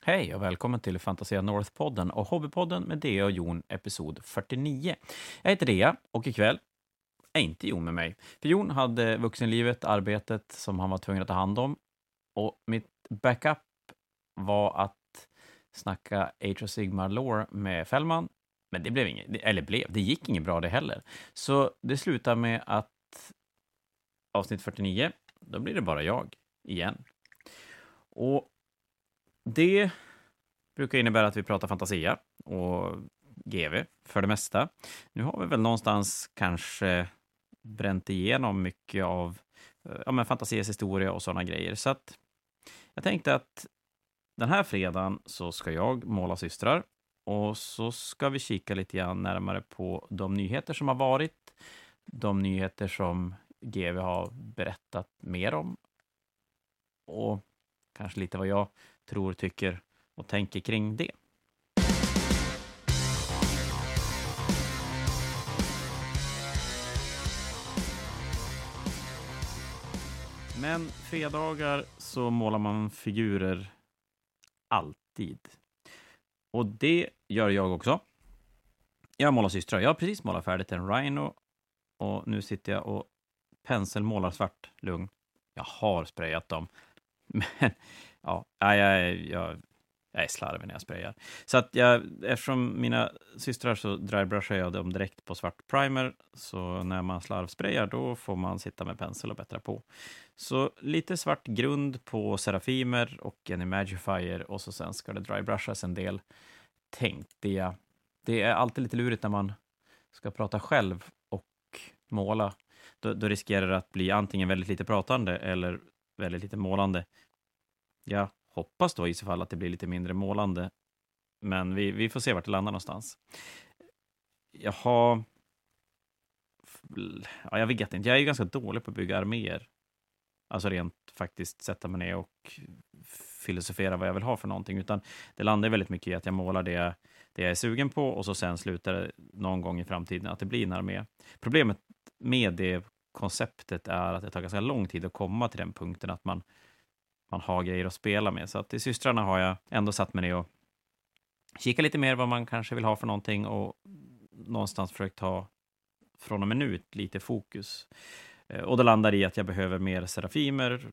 Hej och välkommen till Fantasia North-podden och Hobbypodden med Dea och Jon, episod 49. Jag heter Dea och ikväll är inte Jon med mig. För Jon hade vuxenlivet, arbetet som han var tvungen att ta hand om. Och mitt backup var att snacka Age of Sigmar lore med Fällman. Men det blev det gick inget bra det heller. Så det slutar med att avsnitt 49, då blir det bara jag igen. Och det brukar innebära att vi pratar Fantasia och GV för det mesta. Nu har vi väl någonstans kanske bränt igenom mycket av Fantasias historia och sådana grejer. Så att jag tänkte att den här fredagen så ska jag måla systrar och så ska vi kika lite grann närmare på de nyheter som har varit, de nyheter som GV har berättat mer om och kanske lite vad jag tror, tycker och tänker kring det. Men fredagar så målar man figurer alltid. Och det gör jag också. Jag målar systrar. Jag har precis målat färdigt en Rhino och nu sitter jag och penselmålar svart lugn. Jag har sprayat dem. Men ja, jag är slarvig när jag sprayar. Så att eftersom mina systrar så drybrushar jag dem direkt på svart primer. Så när man slarvsprayar då får man sitta med pensel och bättra på. Så lite svart grund på Serafimer och en Imagifier. Och så sen ska det drybrushas en del, tänkte jag. Det är alltid lite lurigt när man ska prata själv och måla. Då riskerar det att bli antingen väldigt lite pratande eller väldigt lite målande. Jag hoppas då i så fall att det blir lite mindre målande. Men vi får se vart det landar någonstans. Jag vet inte. Jag är ju ganska dålig på att bygga arméer. Alltså rent faktiskt sätta mig ner och filosofera vad jag vill ha för någonting. Utan det landar väldigt mycket i att jag målar det jag är sugen på. Och så sen slutar det någon gång i framtiden att det blir en armé. Problemet med det konceptet är att det tar ganska lång tid att komma till den punkten att man har grejer att spela med. Så att i systrarna har jag ändå satt mig ner och kika lite mer vad man kanske vill ha för någonting och någonstans försökt ta från och med nu lite fokus. Och det landar i att jag behöver mer Serafimer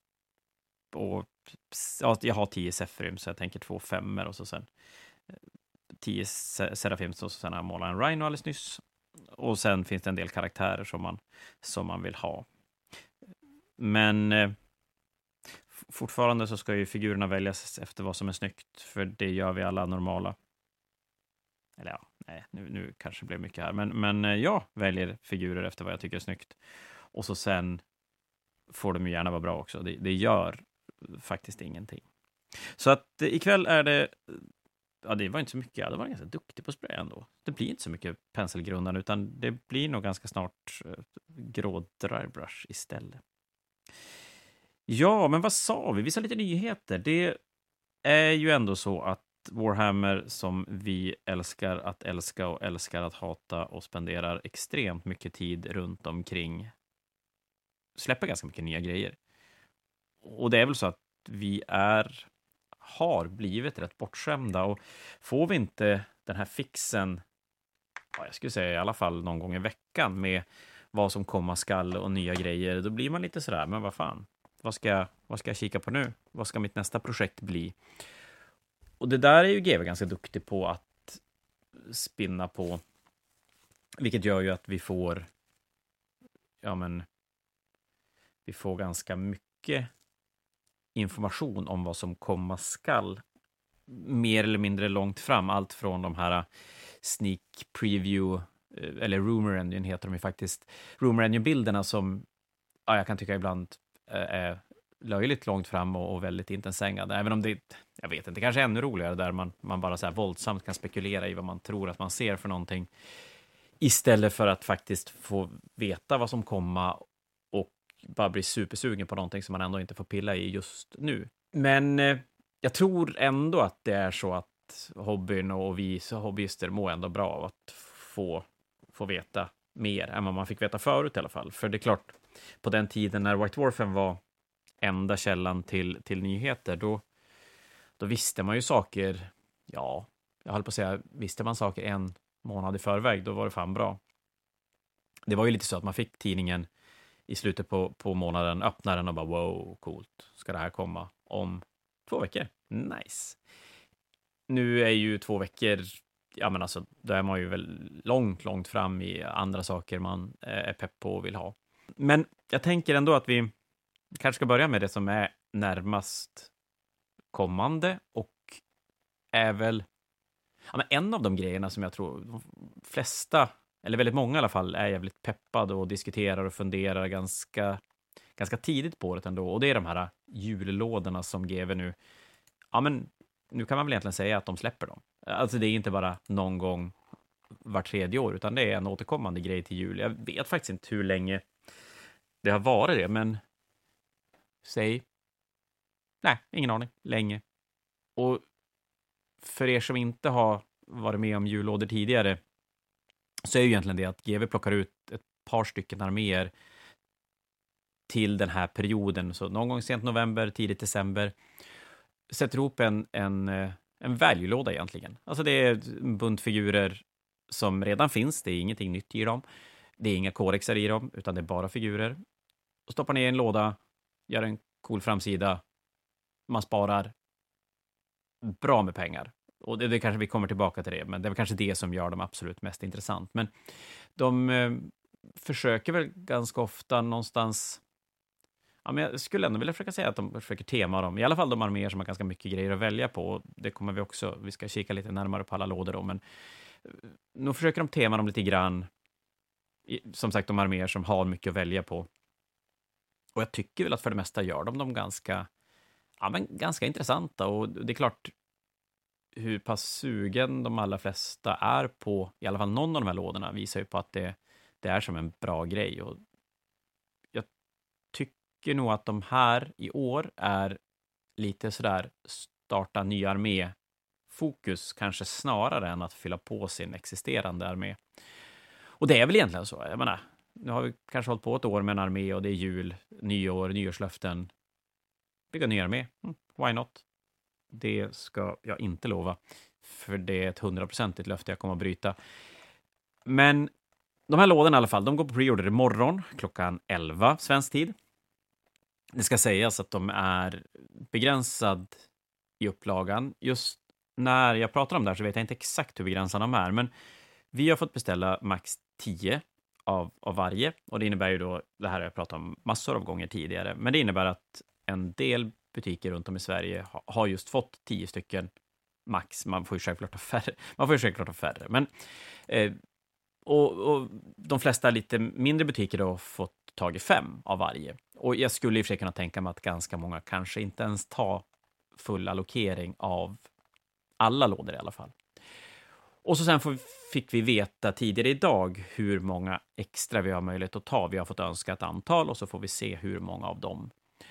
och jag har 10 Zephyrim så jag tänker 2 femmer och så sen 10 Seraphim och så sen har jag målat en Rhino alldeles nyss. Och sen finns det en del karaktärer som man vill ha. Men fortfarande så ska ju figurerna väljas efter vad som är snyggt. För det gör vi alla normala. Eller ja, nej, nu kanske det blev mycket här. Men jag väljer figurer efter vad jag tycker är snyggt. Och så sen får de ju gärna vara bra också. Det gör faktiskt ingenting. Så att ikväll är det... Ja, det var inte så mycket. Jag var ganska duktig på att spraya ändå. Det blir inte så mycket penselgrundan utan det blir nog ganska snart grå drybrush istället. Ja, men vad sa vi? Vi sa lite nyheter. Det är ju ändå så att Warhammer, som vi älskar att älska och älskar att hata och spenderar extremt mycket tid runt omkring, släpper ganska mycket nya grejer. Och det är väl så att vi har blivit rätt bortskämda och får vi inte den här fixen, jag skulle säga i alla fall någon gång i veckan med vad som komma skall och nya grejer, då blir man lite sådär, men vad fan, vad ska jag kika på nu? Vad ska mitt nästa projekt bli? Och det där är ju GW ganska duktig på att spinna på, vilket gör ju att vi får ganska mycket information om vad som komma skall mer eller mindre långt fram. Allt från de här sneak preview eller rumor engine heter de ju faktiskt. Rumor engine-bilderna som jag kan tycka ibland är löjligt långt fram och väldigt intetsägande. Även om det, jag vet inte, kanske är ännu roligare där man bara så här våldsamt kan spekulera i vad man tror att man ser för någonting istället för att faktiskt få veta vad som komma och bara bli supersugen på någonting som man ändå inte får pilla i just nu. Men jag tror ändå att det är så att hobbyn och vi hobbyister mår ändå bra av att få veta mer än vad man fick veta förut i alla fall. För det är klart, på den tiden när White Dwarfen var enda källan till nyheter, då då visste man ju saker, ja, jag höll på att säga, visste man saker en månad i förväg, då var det fan bra. Det var ju lite så att man fick tidningen i slutet på månaden, öppnade den och bara wow, coolt, ska det här komma om 2 veckor? Nice. Nu är ju 2 veckor, ja men alltså, då är man ju väl långt fram i andra saker man är pepp på och vill ha. Men jag tänker ändå att vi kanske ska börja med det som är närmast kommande och är väl men en av de grejerna som jag tror de flesta, eller väldigt många i alla fall, är jävligt peppade och diskuterar och funderar ganska tidigt på det ändå. Och det är de här jullådorna som GW nu, ja men nu kan man väl egentligen säga att de släpper dem. Alltså det är inte bara någon gång var 3:e år, utan det är en återkommande grej till jul. Jag vet faktiskt inte hur länge det har varit det, men nej, ingen aning, länge. Och för er som inte har varit med om jullådor tidigare så är ju egentligen det att GW plockar ut ett par stycken arméer till den här perioden. Så någon gång sent november, tidigt december sätter ihop en value-låda egentligen. Alltså det är en bunt figurer som redan finns. Det är ingenting nytt i dem. Det är inga kodexar i dem, utan det är bara figurer. Och stoppar ner i en låda, gör en cool framsida. Man sparar bra med pengar. Och det kanske vi kommer tillbaka till det, men det är kanske det som gör dem absolut mest intressant. Men de försöker väl ganska ofta någonstans, ja, men jag skulle ändå vilja försöka säga att de försöker tema dem, i alla fall de arméer som har ganska mycket grejer att välja på. Det kommer vi ska kika lite närmare på alla lådor då, men nu försöker de tema dem lite grann, som sagt de arméer som har mycket att välja på. Och jag tycker väl att för det mesta gör de ganska intressanta, och det är klart hur pass sugen de allra flesta är på i alla fall någon av de här lådorna visar ju på att det är som en bra grej. Och jag tycker nog att de här i år är lite sådär starta ny armé fokus kanske snarare än att fylla på sin existerande armé. Och det är väl egentligen så, jag menar, nu har vi kanske hållit på ett år med en armé och det är jul, nyår, nyårslöften. Bygga ny armé, why not? Det ska jag inte lova, för det är ett 100% löfte jag kommer att bryta. Men de här lådorna i alla fall, de går på preorder imorgon klockan 11 svensk tid. Det ska sägas att de är begränsad i upplagan. Just när jag pratar om det här så vet jag inte exakt hur begränsade de är, men vi har fått beställa max 10 av varje, och det innebär ju då, det här har jag pratat om massor av gånger tidigare, men det innebär att en del butiker runt om i Sverige har just fått 10 stycken max. Man får ju självklart ha färre. Men och de flesta lite mindre butiker har fått tag i 5 av varje. Och jag skulle i och för sig kunna tänka mig att ganska många kanske inte ens tar full allokering av alla lådor i alla fall. Och så sen fick vi veta tidigare idag hur många extra vi har möjlighet att ta. Vi har fått önska ett antal och så får vi se hur många av dem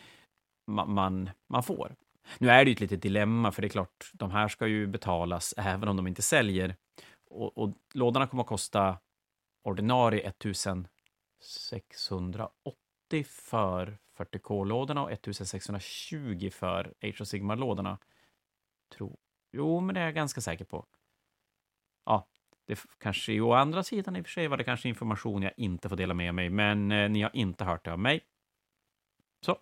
man får. Nu är det ju ett litet dilemma, för det är klart, de här ska ju betalas även om de inte säljer. Och lådorna kommer att kosta ordinarie 1680 för 40K-lådorna och 1620 för Age of Sigmar-lådorna. Jo, men det är jag ganska säker på. Ja, det kanske å andra sidan i och för sig var det kanske information jag inte får dela med mig, men ni har inte hört det av mig. Så.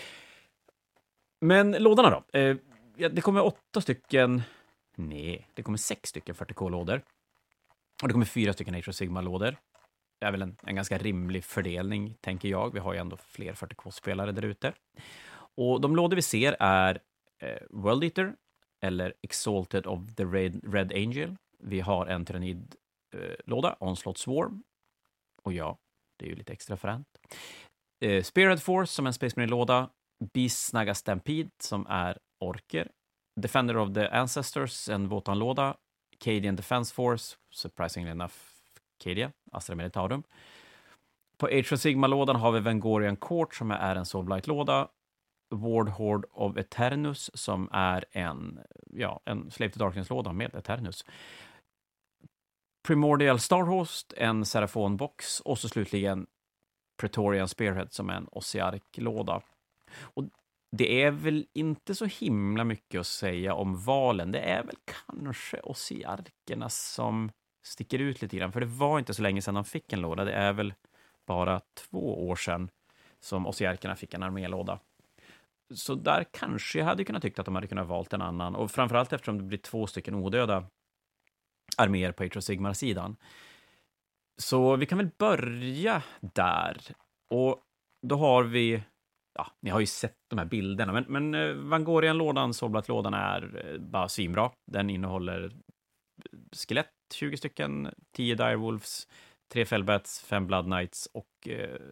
Men lådorna då? Det kommer 8 stycken... Nej, det kommer 6 stycken 40K-lådor. Och det kommer 4 stycken Age of Sigmar-lådor. Det är väl en ganska rimlig fördelning, tänker jag. Vi har ju ändå fler 40K-spelare där ute. Och de lådor vi ser är World Eater, eller Exalted of the Red Angel. Vi har en tyrannid-låda, Onslaught Swarm. Och ja, det är ju lite extra fränt. Spearhead Force som en Space Marine-låda. Beast Snaga Stampede som är orker. Defender of the Ancestors, en Votan-låda. Cadian Defense Force, surprisingly enough, Cadia, Astra Militarum. På Age of Sigmar-lådan har vi Vengorian Court som är en Soulblight-låda. Ward Horde of Eternus som är en Slave to Darkness-låda med Eternus. Primordial Starhost, en Seraphon-box. Och så slutligen Praetorian Spearhead som är en Ossiark-låda. Och Det är väl inte så himla mycket att säga om valen. Det är väl kanske Osiarkerna som sticker ut lite grann. För det var inte så länge sedan de fick en låda. Det är väl bara 2 år sedan som Osiarkerna fick en armélåda. Så där kanske jag hade kunnat tycka att de hade kunnat valt en annan. Och framförallt eftersom det blir 2 stycken odöda arméer på Age of Sigmar-sidan. Så vi kan väl börja där. Och då har vi... Ja, ni har ju sett de här bilderna. Men Vangorian-lådan, Soulblight-lådan är bara svinbra. Den innehåller skelett, 20 stycken, 10 Direwolves, 3 Fellbats, 5 Blood Knights och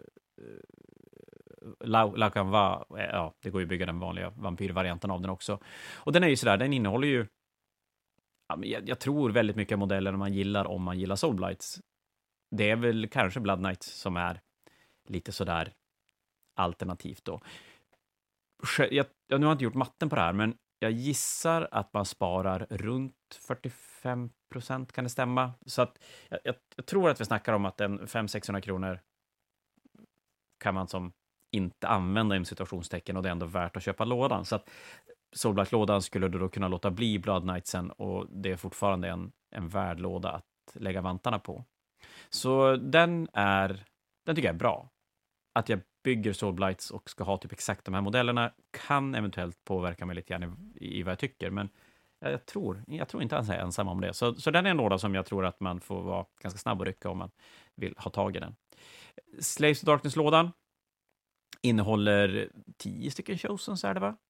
Lakanva. Ja, det går ju att bygga den vanliga vampyrvarianten av den också. Och den är ju sådär, den innehåller ju... Ja, jag tror väldigt mycket av modellerna man gillar om man gillar Soulblights. Det är väl kanske Blood Knights som är lite sådär alternativt då. Nu har jag inte gjort matten på det här, men jag gissar att man sparar runt 45%, kan det stämma? Så att jag tror att vi snackar om att en 500-600 kronor kan man som inte använda i situationstecken, och det är ändå värt att köpa lådan. Så att Soulblight-lådan skulle då kunna låta bli Blood Knightsen, och det är fortfarande en värd låda att lägga vantarna på. Så den tycker jag är bra. Att jag bygger Soulblights och ska ha typ exakt de här modellerna kan eventuellt påverka mig lite grann i vad jag tycker, men jag tror inte att jag är ensam om det. Så den är en låda som jag tror att man får vara ganska snabb och rycka om man vill ha tag i den. Slaves of Darkness-lådan innehåller 10 stycken Chosens, är det va?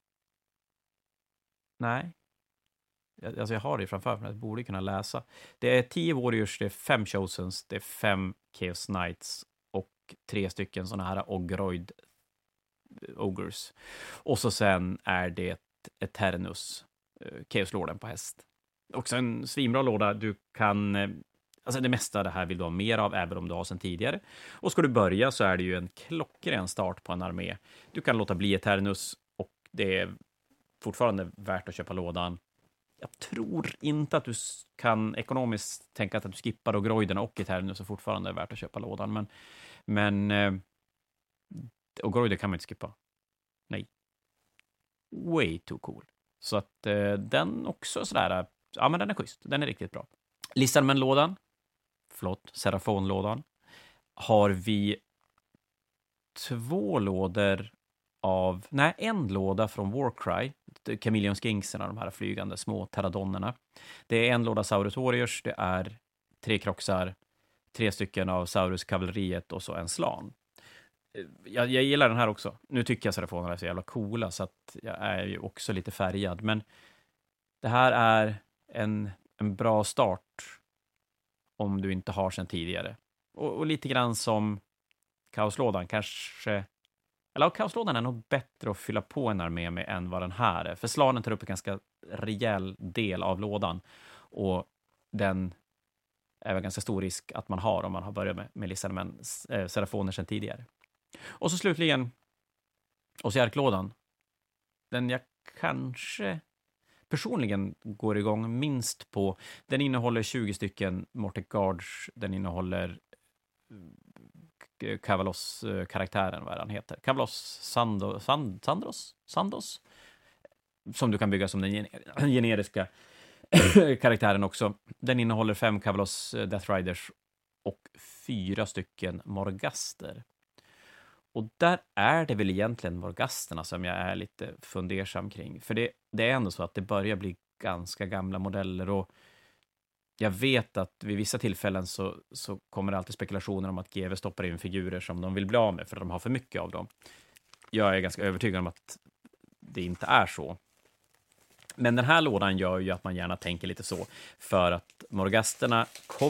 Nej. Alltså jag har det framför mig, jag borde kunna läsa. Det är 10 Warriors, det är 5 Chosens, det är 5 Chaos Knights och 3 stycken sådana här Ogroid Ogres. Och så sen är det Eternus, Chaos-lorden på häst. Också en svinbra låda. Du kan... Alltså det mesta av det här vill du ha mer av, även om du har sedan tidigare. Och ska du börja så är det ju en klockren start på en armé. Du kan låta bli Eternus, och det är fortfarande värt att köpa lådan. Jag tror inte att du kan ekonomiskt tänka att du skippar Ogroiderna och Eternus, och fortfarande är värt att köpa lådan. Men Ogroider kan man inte skippa. Nej. Way too cool. Så att den också sådär, ja men den är schysst. Den är riktigt bra. Listarmen-lådan, Seraphon-lådan, har vi 2 lådor av, nej, en låda från Warcry, Chameleon Skinksarna, de här flygande små pterodonnerna. Det är en låda Saurus Warriors, det är 3 kroxar, 3 stycken av Saurus kavalleriet och så en slan. Jag gillar den här också. Nu tycker jag Seraphonerna är så jävla coola, så att jag är ju också lite färgad. Men det här är en bra start om du inte har sedan tidigare. Och lite grann som Kaoslådan kanske... Eller Kaoslådan är nog bättre att fylla på en armé med än vad den här är. För slanen tar upp en ganska rejäl del av lådan. Och den är väl ganska stor risk att man har om man har börjat med listan Seraphoner sedan tidigare. Och så slutligen Osiark-lådan. Den jag kanske personligen går igång minst på. Den innehåller 20 stycken Mortec Guards. Den innehåller Kavalos-karaktären, vad han heter. Kavalos Sandos? Som du kan bygga som den generiska karaktären också. Den innehåller 5 Kavalos Death Riders och 4 stycken Morgaster. Och där är det väl egentligen Morgasterna som jag är lite fundersam kring. För det är ändå så att det börjar bli ganska gamla modeller, och jag vet att vid vissa tillfällen så kommer det alltid spekulationer om att GW stoppar in figurer som de vill bli av med för att de har för mycket av dem. Jag är ganska övertygad om att det inte är så. Men den här lådan gör ju att man gärna tänker lite så, för att Morgasterna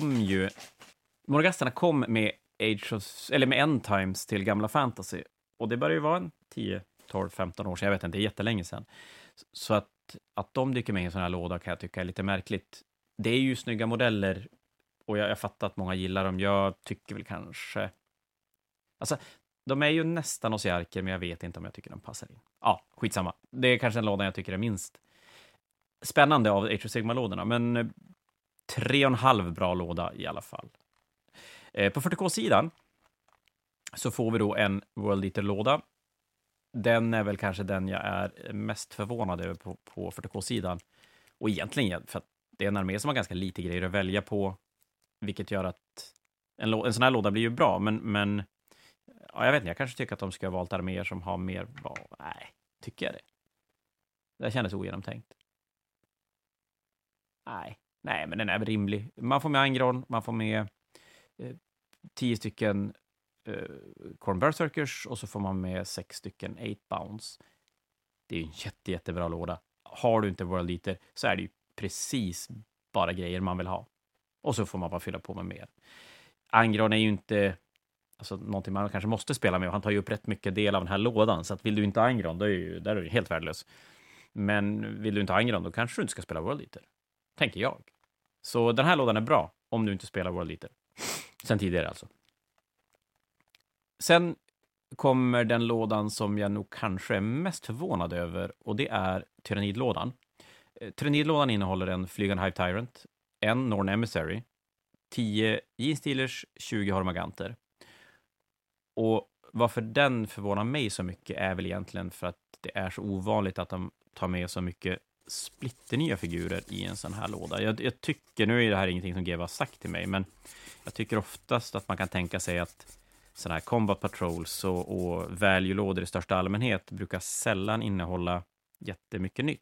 kom med med End Times till gamla fantasy, och det börjar ju vara en 10, 12, 15 år sedan, jag vet inte, det är jättelänge sedan. Så att de dyker med i en sån här låda kan jag tycka är lite märkligt. Det är ju snygga modeller, och jag fattar att många gillar dem. Jag tycker väl kanske... Alltså, de är ju nästan Osiarker, men jag vet inte om jag tycker de passar in. Ja, skitsamma. Det är kanske en låda jag tycker är minst spännande av Age of Sigmar-lådorna, men 3,5 bra låda i alla fall. På 40K-sidan så får vi då en World Eater-låda. Den är väl kanske den jag är mest förvånad över på 40K-sidan. Och egentligen för att det är en armé som har ganska lite grejer att välja på, vilket gör att en sån här låda blir ju bra, men ja, jag vet inte, jag kanske tycker att de ska ha valt arméer som har mer, nej, tycker jag det? Det kändes ogenomtänkt. Nej, men den är väl rimlig. Man får med Angron, man får med 10 stycken Khorne Berserkers och så får man med 6 stycken 8-bounds. Det är ju en jättebra låda. Har du inte World Eater så är det ju precis bara grejer man vill ha. Och så får man bara fylla på med mer. Angron är ju inte någonting man kanske måste spela med, och han tar ju upp rätt mycket del av den här lådan, så att vill du inte ha Angron, där är du helt värdelös. Men vill du inte ha Angron, då kanske du inte ska spela World Eater, tänker jag. Så den här lådan är bra om du inte spelar World Eater. Sen tidigare alltså. Sen kommer den lådan som jag nog kanske är mest förvånad över, och det är Tyrannidlådan. Tyrannidlådan innehåller en flygande Hive Tyrant, en Norn Emissary, 10 Genestealers, 20 Hormaganter. Och varför den förvånar mig så mycket är väl egentligen för att det är så ovanligt att de tar med så mycket splitternya figurer i en sån här låda. Jag tycker, nu är det här ingenting som GW har sagt till mig, men jag tycker oftast att man kan tänka sig att sådana här combat patrols och value-lådor i största allmänhet brukar sällan innehålla jättemycket nytt.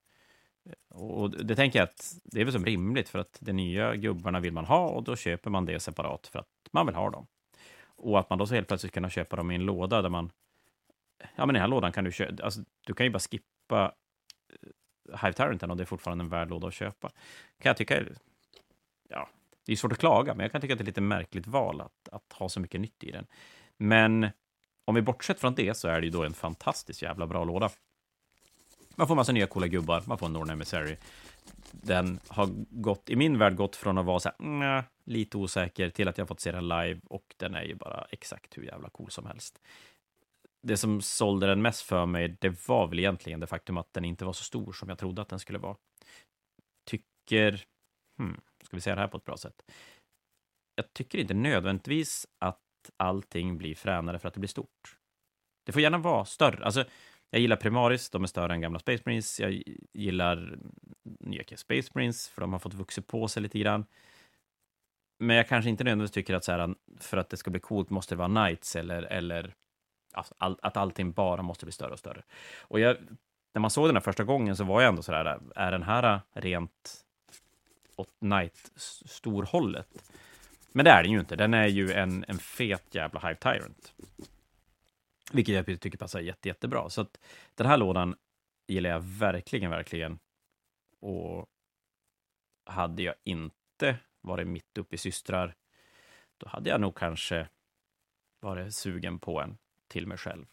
Och det tänker jag att det är väl som rimligt, för att de nya gubbarna vill man ha, och då köper man det separat för att man vill ha dem. Och att man då så helt plötsligt kunna köpa dem i en låda där man... Ja, men i den här lådan kan du köpa... Alltså, du kan ju bara skippa Hive Tyranten och det är fortfarande en värd låda att köpa. Kan jag tycka... Ja, det är svårt att klaga, men jag kan tycka att det är lite märkligt val att ha så mycket nytt i den. Men om vi bortsett från det så är det ju då en fantastiskt jävla bra låda. Man får massa nya coola gubbar, man får en Norn Emissary. Den har i min värld gått från att vara så här, lite osäker till att jag fått se den live, och den är ju bara exakt hur jävla cool som helst. Det som sålde den mest för mig, det var väl egentligen det faktum att den inte var så stor som jag trodde att den skulle vara. Tycker, ska vi säga det här på ett bra sätt? Jag tycker inte nödvändigtvis att allting blir fränare för att det blir stort. Det får gärna vara större. Alltså, jag gillar Primaris, de är större än gamla Space Marines. Jag gillar nya Space Marines, för de har fått vuxit på sig lite grann. Men jag kanske inte nödvändigtvis tycker att så här, för att det ska bli coolt måste det vara Knights, eller alltså, att allting bara måste bli större och större. Och när man såg den här första gången så var jag ändå så där, är den här rent åt Knight-storhållet? Men det är den ju inte. Den är ju en fet jävla Hive Tyrant. Vilket jag tycker passar jättebra. Så att den här lådan gillar jag verkligen. Och hade jag inte varit mitt uppe i systrar, då hade jag nog kanske varit sugen på en till mig själv.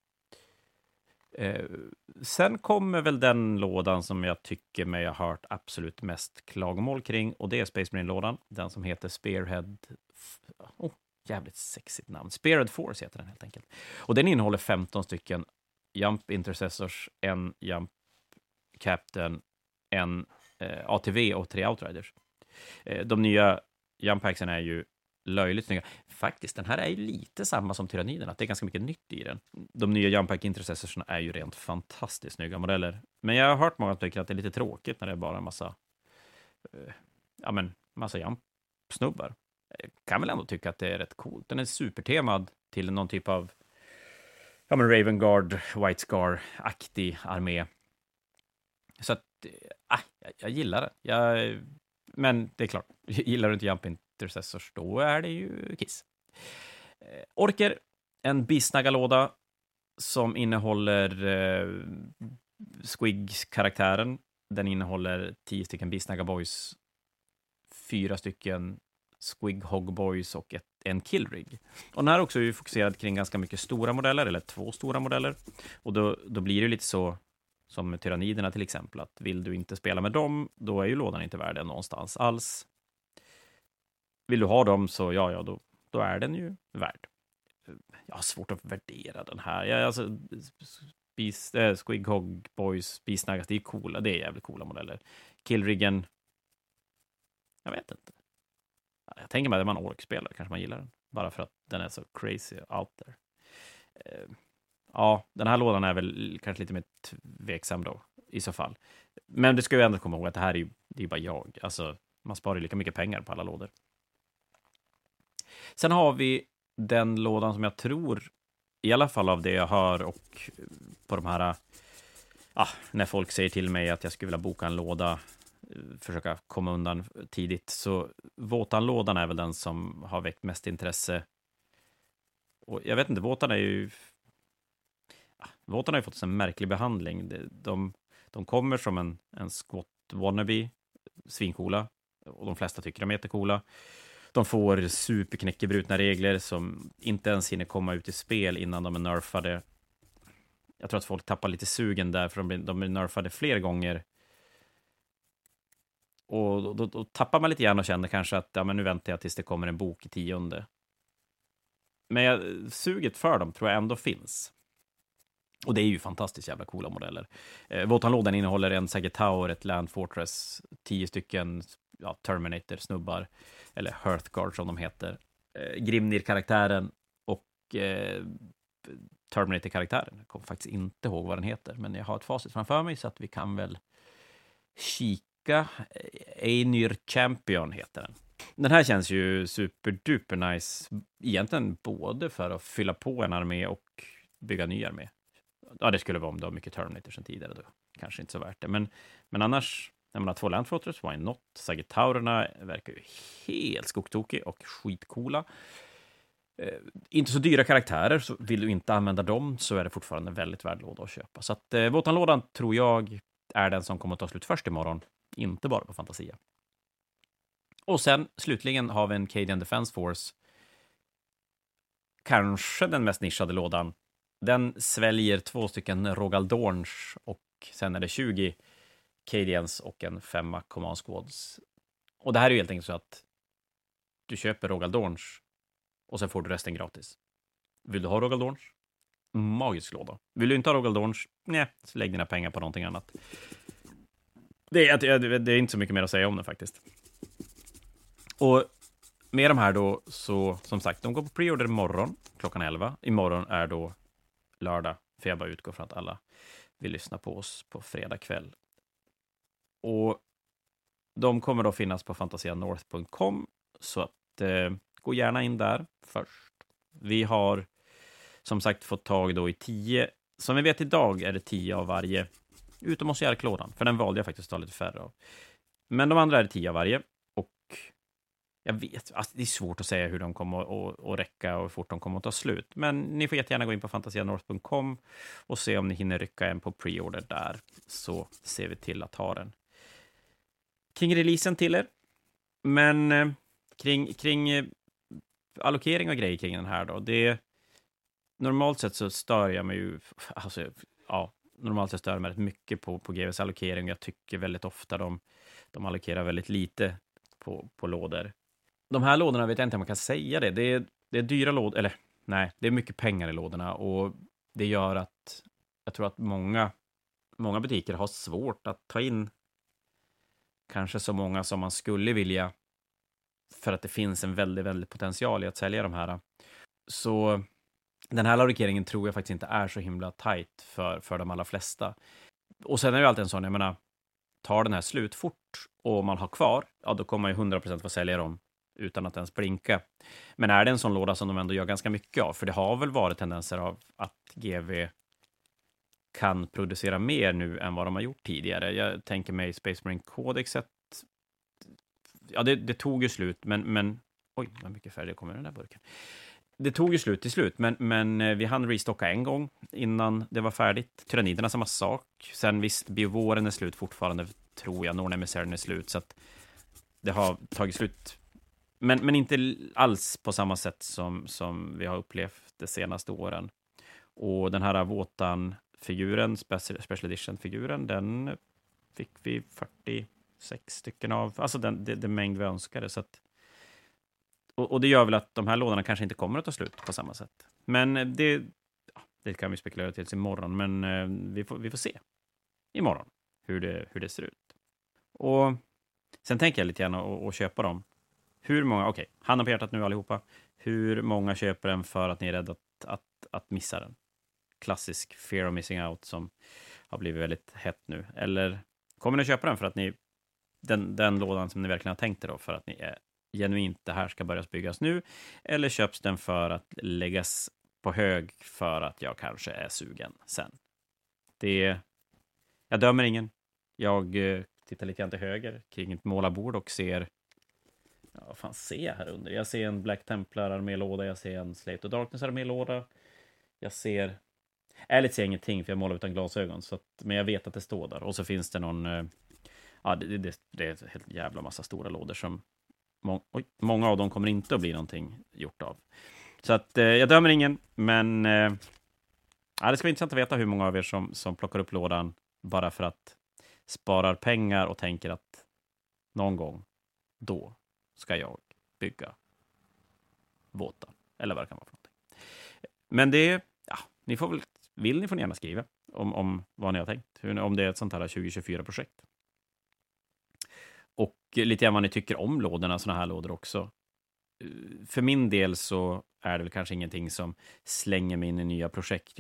Sen kommer väl den lådan som jag tycker mig ha hört absolut mest klagomål kring, och det är Space Marine-lådan. Den som heter Spearhead... jävligt sexigt namn. Spearhead Force heter den helt enkelt. Och den innehåller 15 stycken Jump Intercessors, en Jump Captain, en ATV och 3 Outriders. De nya Jump Packsen är ju löjligt snygga. Faktiskt, den här är ju lite samma som Tyranniden, att det är ganska mycket nytt i den. De nya Jump Pack Intercessorsna är ju rent fantastiskt snygga modeller. Men jag har hört många tycker att det är lite tråkigt när det är bara en massa Jump-snubbar. Jag kan väl ändå tycka att det är rätt coolt. Den är supertemad till någon typ av Raven Guard, White Scar-aktig armé. Så att, jag gillar det. Men det är klart, gillar du inte Jump Intercessors, då är det ju kiss. Orker, en bisnaggalåda som innehåller Squig-karaktären. Den innehåller 10 stycken Bisnagga Boys, 4 stycken Squig Hog Boys och en Killrig. Och den här också är ju fokuserad kring ganska mycket stora modeller, eller 2 stora modeller. Och då blir det lite så som med Tyranniderna till exempel, att vill du inte spela med dem, då är ju lådan inte värd den någonstans alls. Vill du ha dem så då är den ju värd. Jag har svårt att värdera den här. Squig Hog Boys, Bisnaggas, det är coola, det är jävligt coola modeller. Killriggen, jag vet inte. Jag tänker mig att man orkspelare kanske man gillar den. Bara för att den är så crazy out there. Ja, den här lådan är väl kanske lite mer tveksam då, i så fall. Men det ska ju ändå komma ihåg att det är bara jag. Alltså, man sparar ju lika mycket pengar på alla lådor. Sen har vi den lådan som jag tror, i alla fall av det jag hör och på de här, när folk säger till mig att jag skulle vilja boka en låda, försöka komma undan tidigt, så Wotan-lådan är väl den som har väckt mest intresse. Och jag vet inte, Wotan har ju fått en märklig behandling. De kommer som en squat wannabe, svincoola, och de flesta tycker de är jättecoola. De får superknäckebrutna regler som inte ens hinner komma ut i spel innan de är nerfade. Jag tror att folk tappar lite sugen där, för de blir nerfade fler gånger. Och då tappar man lite grann och känner kanske att men nu väntar jag tills det kommer en bok i 10:e. Men suget för dem tror jag ändå finns. Och det är ju fantastiskt jävla coola modeller. Wotan-lådan innehåller en Saget Tower, ett Land Fortress, 10 stycken Terminator-snubbar, eller Hearthguard som de heter. Grimnir-karaktären och Terminator-karaktären. Jag kommer faktiskt inte ihåg vad den heter, men jag har ett facit framför mig så att vi kan väl kika. Einir Champion heter den. Den här känns ju superduper nice, egentligen både för att fylla på en armé och bygga ny armé. Ja, det skulle vara om du har mycket Terminator sedan tidigare då. Kanske inte så värt det. Men annars, jag menar, 2 Land Fortress, why not? Sagitaurerna verkar ju helt skogtokig och skitcoola. Inte så dyra karaktärer, så vill du inte använda dem så är det fortfarande en väldigt värd låda att köpa. Så att Wotan-lådan tror jag är den som kommer att ta slut först imorgon, inte bara på Fantasia. Och sen slutligen har vi en Cadian Defense Force. Kanske den mest nischade lådan. Den sväljer 2 stycken Rogaldorns och sen är det 20 Cadians och en 5 Command Squads. Och det här är ju helt enkelt så att du köper Rogaldorns och sen får du resten gratis. Vill du ha Rogaldorns? Magisk låda. Vill du inte ha Rogaldorns? Nej, så lägg dina pengar på någonting annat. Det är inte så mycket mer att säga om det faktiskt. Och med de här då, så som sagt, de går på preorder imorgon klockan 11. Imorgon är då lördag, för jag bara utgår från att alla vill lyssna på oss på fredag kväll. Och de kommer då finnas på fantasianorth.com, så att gå gärna in där först. Vi har som sagt fått tag då i 10, som vi vet idag är det 10 av varje, utom hos Järklådan, för den valde jag faktiskt att ta lite färre av. Men de andra är det 10 av varje, och jag vet, alltså det är svårt att säga hur de kommer att räcka och hur fort de kommer att ta slut. Men ni får jättegärna gå in på fantasianorth.com och se om ni hinner rycka en på preorder där, så ser vi till att ha den kring releasen till er. Men kring allokering och grejer kring den här då, normalt sett så stör jag mig ju, alltså, normalt sett stör jag mig rätt mycket på GVs allokering. Jag tycker väldigt ofta de allokerar väldigt lite på lådor. De här lådorna vet jag inte om man kan säga det. Det är dyra lådor, eller nej, det är mycket pengar i lådorna, och det gör att jag tror att många butiker har svårt att ta in kanske så många som man skulle vilja, för att det finns en väldigt, väldigt potential i att sälja de här. Så den här allokeringen tror jag faktiskt inte är så himla tight för de allra flesta. Och sen är det alltid en sån, jag menar, tar den här slut fort och man har kvar, ja då kommer man ju 100% få sälja dem utan att ens blinka. Men är det en sån låda som de ändå gör ganska mycket av, för det har väl varit tendenser av att GV kan producera mer nu än vad de har gjort tidigare. Jag tänker mig Space Marine Codexet. Ja, det tog ju slut, men oj, vad mycket färg det kommer i den där burken. Det tog ju slut till slut, men vi hann restocka en gång innan det var färdigt. Tyranniderna samma sak. Sen visst, Biovåren är slut fortfarande, tror jag. Nornemissaren är slut, så att det har tagit slut. Men inte alls på samma sätt som vi har upplevt de senaste åren. Och den här Wotan-figuren, Special Edition-figuren, den fick vi 46 stycken av. Alltså det mängd vi önskade, så att och det gör väl att de här lådorna kanske inte kommer att ta slut på samma sätt. Men det kan vi spekulera tills imorgon. Men vi får se imorgon hur det ser ut. Och sen tänker jag lite grann att köpa dem. Hur många, okej, handen på hjärtat nu allihopa. Hur många köper den för att ni är rädda att missa den? klassisk fear of missing out som har blivit väldigt hett nu? Eller kommer ni köpa den för att ni den lådan som ni verkligen har tänkt er då, för att ni är genuint det här ska börjas byggas nu, eller köps den för att läggas på hög för att jag kanske är sugen sen? Jag dömer ingen. Jag tittar lite grann till höger kring ett målarbord och ser, ja, vad fan ser jag här under? Jag ser en Black Templar-armélåda, jag ser en Slate of Darkness-armélåda, jag ser... Ärligt ser jag ingenting, för jag målar utan glasögon, men jag vet att det står där. Och så finns det någon... Ja, det är ett helt jävla massa stora lådor som... många av dem kommer inte att bli någonting gjort av. Så att jag dömer ingen, men... Ja, det ska vara intressant att veta hur många av er som plockar upp lådan bara för att sparar pengar och tänker att någon gång då ska jag bygga båtar. Eller vad det kan vara för någonting. Men det, ja, ni får ni gärna skriva om vad ni har tänkt. Om det är ett sånt här 2024-projekt. Och lite grann vad ni tycker om lådorna, såna här lådor också. För min del så är det väl kanske ingenting som slänger mig in i nya projekt.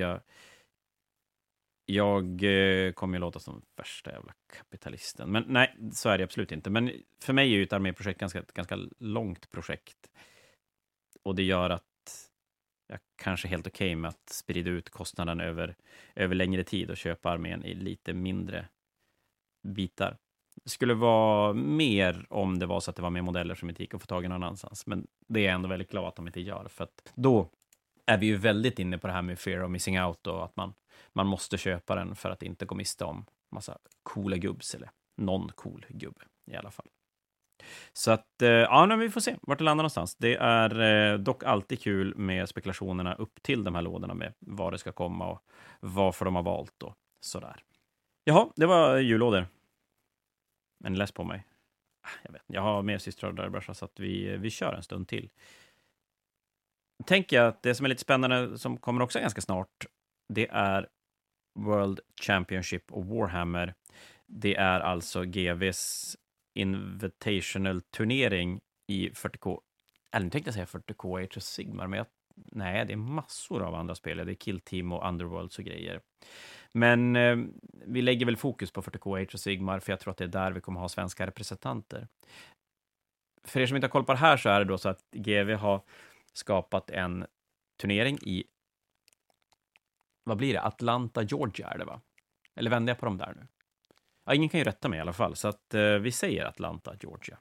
Jag kommer ju låta som värsta jävla kapitalisten. Men nej, så är det absolut inte. Men för mig är ju ett arméprojekt ganska långt projekt. Och det gör att jag kanske är helt okej med att sprida ut kostnaden över längre tid och köpa armén i lite mindre bitar. Det skulle vara mer om det var så att det var mer modeller som inte gick att få tag i någon annanstans. Men det är jag ändå väldigt glad att de inte gör. För att då är vi ju väldigt inne på det här med fear of missing out och att man måste köpa den för att inte gå miste om massa coola gubbs, eller någon cool gubbe i alla fall. Så att, ja, men vi får se vart det landar någonstans. Det är dock alltid kul med spekulationerna upp till de här lådorna med vad det ska komma och varför de har valt och sådär. Jaha, det var jullådor. Men läs på mig. Jag har mer systrar där bara, så att vi kör en stund till. Tänker jag att det som är lite spännande som kommer också ganska snart, det är World Championship och Warhammer. Det är alltså GVs Invitational-turnering i 40K. Eller nu tänkte jag säga 40K Age of Sigmar, men nej, det är massor av andra spel. Det är Kill Team och Underworlds och grejer. Men vi lägger väl fokus på 40K Age of Sigmar, för jag tror att det är där vi kommer ha svenska representanter. För er som inte har koll på det här, så är det då så att GV har skapat en turnering i, vad blir det? Atlanta, Georgia är det, va? Eller vänder jag på dem där nu? Ja, ingen kan ju rätta mig i alla fall, så att vi säger Atlanta, Georgia.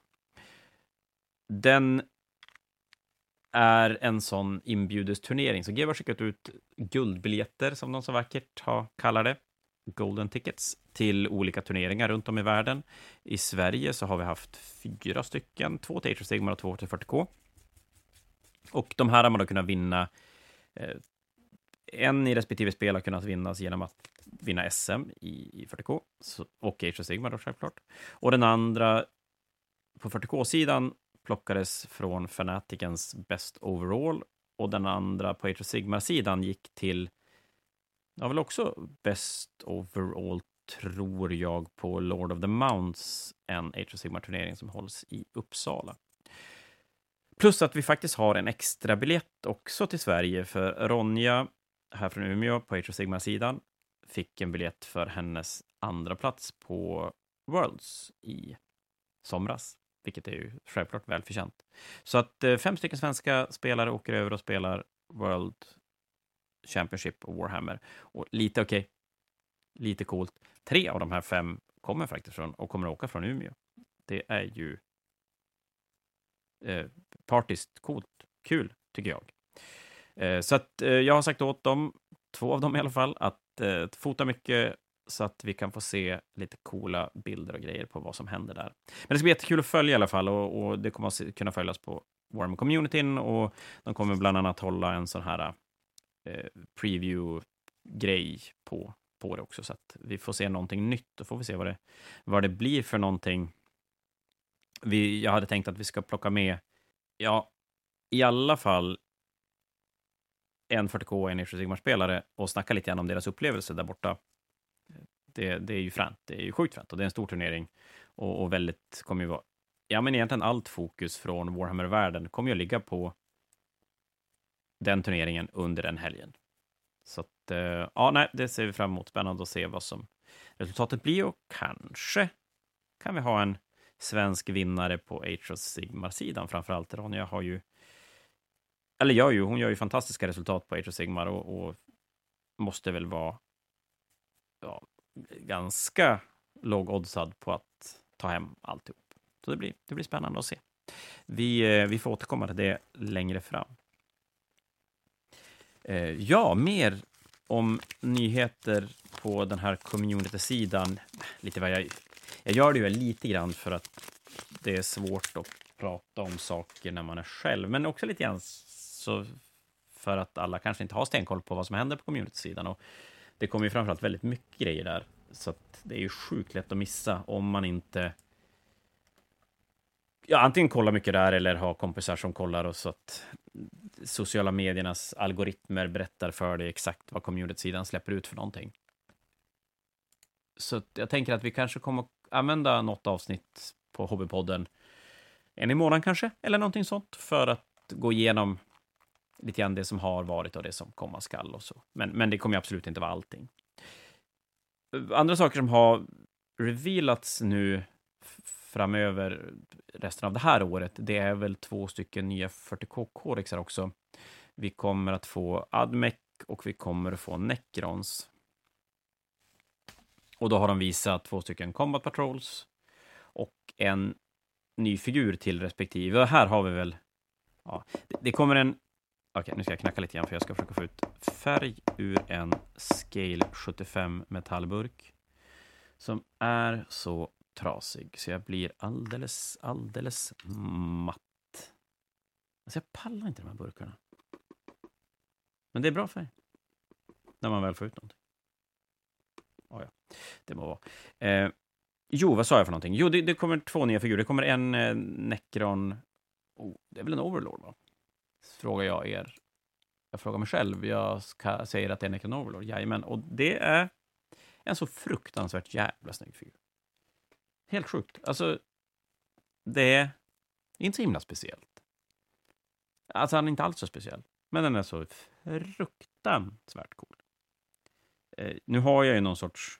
Den är en sån inbjudesturnering, så GW har skickat ut guldbiljetter, som de så vackert kallar det, golden tickets, till olika turneringar runt om i världen. I Sverige så har vi haft 4 stycken, 2 till Age of Sigmar och 2 till 40K. Och de här har man då kunnat vinna, en i respektive spel har kunnat vinnas genom att vinna SM i 40K och Age of Sigmar då, självklart. Och den andra på 40K-sidan plockades från Fanaticens Best Overall, och den andra på Age of Sigmar-sidan gick till, ja, väl också Best Overall, tror jag, på Lord of the Mounts, en Age of Sigmar-turnering som hålls i Uppsala. Plus att vi faktiskt har en extra biljett också till Sverige, för Ronja här från Umeå på Age of Sigmar-sidan fick en biljett för hennes andra plats på Worlds i somras, vilket är ju självklart välförtjänt. Så att 5 stycken svenska spelare åker över och spelar World Championship och Warhammer. Och lite lite coolt. 3 av de här 5 kommer faktiskt från, och kommer att åka från Umeå. Det är ju partiskt coolt, kul tycker jag. Så att jag har sagt åt dem, 2 av dem i alla fall, att fota mycket så att vi kan få se lite coola bilder och grejer på vad som händer där. Men det ska bli jättekul att följa i alla fall, och det kommer att kunna följas på Warhammer-communityn, och de kommer bland annat hålla en sån här preview-grej på det också, så att vi får se någonting nytt, och får vi se vad det blir för någonting. Jag hade tänkt att vi ska plocka med, ja, i alla fall en 40K och en Age of Sigmar-spelare och snacka lite grann om deras upplevelse där borta. Det är ju fränt, det är ju sjukt fränt, och det är en stor turnering, och väldigt kommer ju vara, ja, men egentligen allt fokus från Warhammer-världen kommer ju att ligga på den turneringen under den helgen. Så att, ja, nej, det ser vi fram emot. Spännande att se vad som resultatet blir, och kanske kan vi ha en svensk vinnare på Age of Sigmar-sidan. Framförallt Ronja har ju, eller hon gör ju fantastiska resultat på Age of Sigmar och måste väl vara ganska lågoddsad på att ta hem alltihop. Så det blir spännande att se. Vi får återkomma till det längre fram. Ja, mer om nyheter på den här community-sidan. Lite vad jag gör det ju lite grann för att det är svårt att prata om saker när man är själv, men också lite grann så för att alla kanske inte har stenkoll på vad som händer på community-sidan, och det kommer ju framförallt väldigt mycket grejer där, så att det är ju sjukt lätt att missa om man inte antingen kollar mycket där eller har kompisar som kollar, och så att sociala mediernas algoritmer berättar för dig exakt vad community-sidan släpper ut för någonting. Så att jag tänker att vi kanske kommer att använda något avsnitt på Hobbypodden en i månaden kanske, eller någonting sånt, för att gå igenom lite grann det som har varit och det som komma skall och så. Men det kommer ju absolut inte vara allting. Andra saker som har revealats nu framöver resten av det här året, det är väl 2 stycken nya 40K-kodexar också. Vi kommer att få Admech och vi kommer att få Necrons. Och då har de visat 2 stycken Combat Patrols och en ny figur till respektive. Och här har vi väl, ja, det kommer en, okej, nu ska jag knacka lite grann för jag ska försöka få ut färg ur en Scale 75 metallburk som är så trasig så jag blir alldeles matt. Alltså jag pallar inte de här burkarna. Men det är bra färg när man väl får ut någonting. Ja, det må vara. Jo, vad sa jag för någonting? Jo, det kommer 2 nya figurer. Det kommer en Necron. Det är väl en Overlord, va? Frågar jag er. Jag frågar mig själv. Jag säger att det är en Necron Overlord. Jajamän. Och det är en så fruktansvärt jävla snygg figur. Helt sjukt. Alltså, det är inte så himla speciellt. Alltså, han är inte alls så speciell. Men den är så fruktansvärt cool. Nu har jag ju någon sorts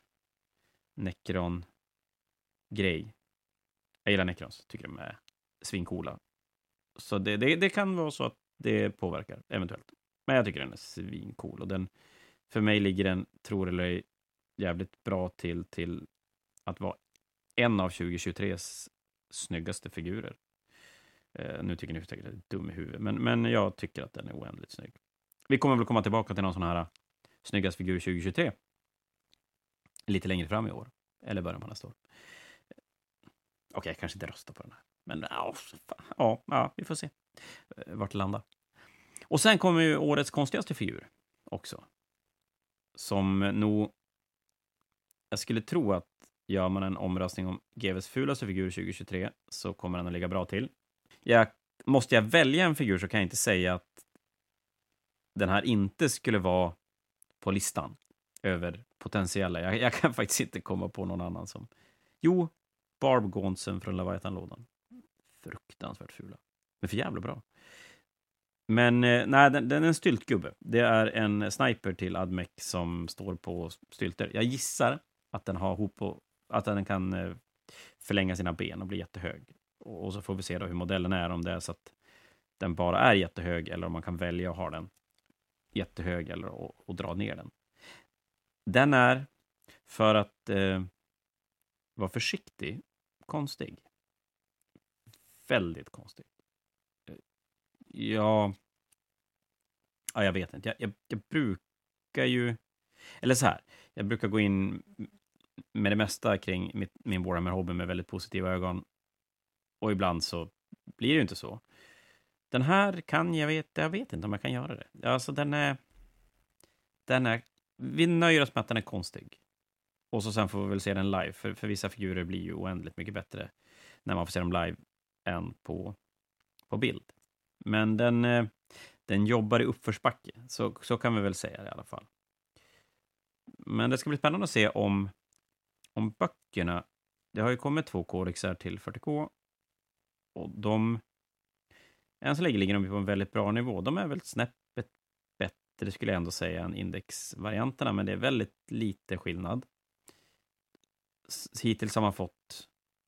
Necron-grej. Jag gillar Necrons. Tycker de är svincoola. Så det kan vara så att det påverkar, eventuellt. Men jag tycker den är svincool. Och den, för mig ligger den, tror eller ej, jävligt bra till att vara en av 2023s snyggaste figurer. Nu tycker ni säkert att det är dum i huvudet. Men jag tycker att den är oändligt snygg. Vi kommer väl komma tillbaka till någon sån här snyggast figur 2023. Lite längre fram i år. Eller början på nästa år. Okej, jag kanske inte röstar på den här. Men ja, vi får se vart det landar. Och sen kommer ju årets konstigaste figur också. Som nog, jag skulle tro att gör man en omröstning om GVs fulaste figur 2023 så kommer den att ligga bra till. Måste jag välja en figur så kan jag inte säga att den här inte skulle vara på listan över potentiella. Jag kan faktiskt inte komma på någon annan som... Jo, Barb Gaunson från Leviathan-lådan. Fruktansvärt fula. Men för jävla bra. Men nej, den är en styltgubbe. Det är en sniper till Admech som står på stylter. Jag gissar att den har att den kan förlänga sina ben och bli jättehög. Och så får vi se då hur modellen är, om det är så att den bara är jättehög eller om man kan välja att ha den jättehög eller och dra ner den. Den är, för att vara försiktig, konstig. Väldigt konstig. Ja, jag vet inte. Jag brukar ju... Eller så här. Jag brukar gå in med det mesta kring min Warhammer-hobby med väldigt positiva ögon. Och ibland så blir det ju inte så. Den här jag vet inte om jag kan göra det. Alltså den är... Vi nöjer oss med att den är konstig. Och så sen får vi väl se den live. För vissa figurer blir ju oändligt mycket bättre när man får se dem live än på bild. Men den jobbar i uppförsbacke. Så kan vi väl säga det i alla fall. Men det ska bli spännande att se om böckerna. Det har ju kommit 2 kodexar till 40K. Och än så länge ligger de på en väldigt bra nivå. De är väl snäppet det skulle jag ändå säga, än indexvarianterna, men det är väldigt lite skillnad. Hittills har man fått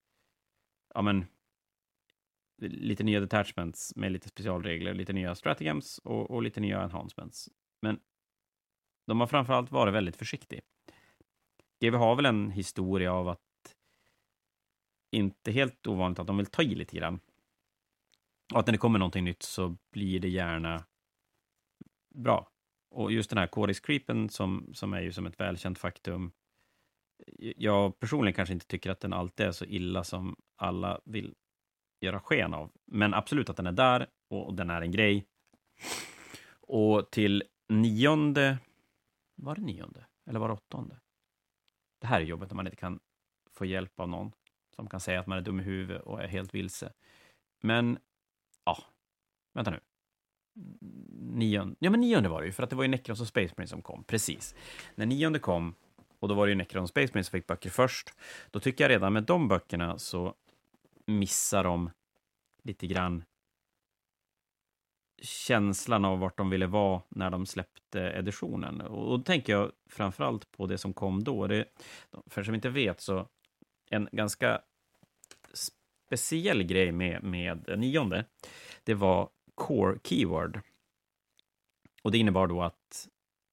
lite nya detachments med lite specialregler, lite nya strategems och lite nya enhancements. Men de har framförallt varit väldigt försiktiga. GW har väl en historia av att inte helt ovanligt att de vill ta i lite grann. Och att när det kommer någonting nytt så blir det gärna bra. Och just den här Codex-creepen som är ju som ett välkänt faktum. Jag personligen kanske inte tycker att den alltid är så illa som alla vill göra sken av. Men absolut att den är där och den är en grej. Och till 9:e, var det 9:e eller var det 8:e? Det här är jobbet när man inte kan få hjälp av någon som kan säga att man är dum i huvudet och är helt vilse. Men, vänta nu. 9:e, ja men 9:e var det ju, för att det var ju Necrons och Space Marine som kom, precis. När 9:e kom, och då var det ju Necrons och Space Marine som fick böcker först, då tycker jag redan med de böckerna så missar de lite grann känslan av vart de ville vara när de släppte editionen. Och då tänker jag framförallt på det som kom då. För som inte vet så en ganska speciell grej med 9:e, det var core keyword. Och det innebar då att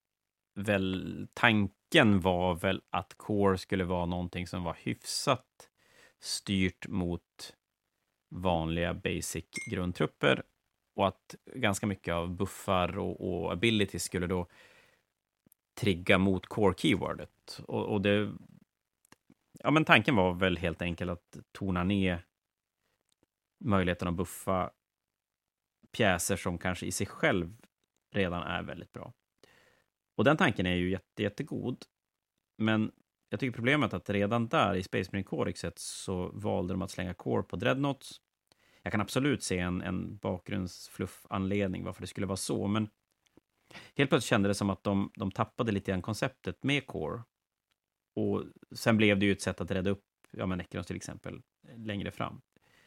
tanken var väl att core skulle vara någonting som var hyfsat styrt mot vanliga basic grundtrupper och att ganska mycket av buffar och abilities skulle då trigga mot core keywordet. Och det, men tanken var väl helt enkelt att tona ner möjligheten att buffa pjäser som kanske i sig själv redan är väldigt bra. Och den tanken är ju jättegod. Men jag tycker problemet är att redan där i Space Marine Codexet så valde de att slänga core på Dreadnoughts. Jag kan absolut se en bakgrundsfluff-anledning varför det skulle vara så, men helt plötsligt kände det som att de tappade lite grann konceptet med core. Och sen blev det ju ett sätt att rädda upp Necrons till exempel längre fram.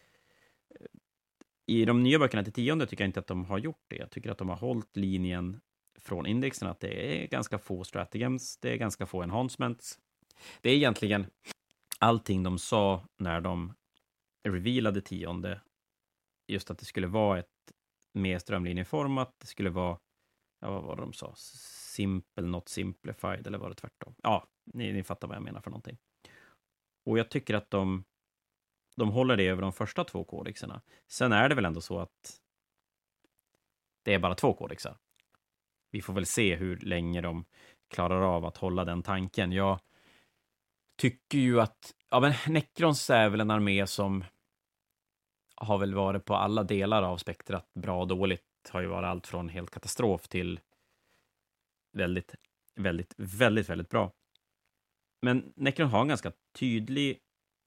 I de nya böckerna till 10:e tycker jag inte att de har gjort det. Jag tycker att de har hållit linjen från indexen att det är ganska få stratagems, det är ganska få enhancements. Det är egentligen allting de sa när de revealade 10:e, just att det skulle vara ett mer strömlinjeformat, det skulle vara, vad var det de sa? Simple, not simplified, eller var det tvärtom? Ja, ni fattar vad jag menar för någonting. Och jag tycker att de håller det över de första 2 kodexerna. Sen är det väl ändå så att det är bara 2 kodexar. Vi får väl se hur länge de klarar av att hålla den tanken. Jag tycker ju att Necrons är väl en armé som har väl varit på alla delar av spektrat. Bra och dåligt har ju varit allt från helt katastrof till väldigt, väldigt, väldigt, väldigt bra. Men Necron har en ganska tydlig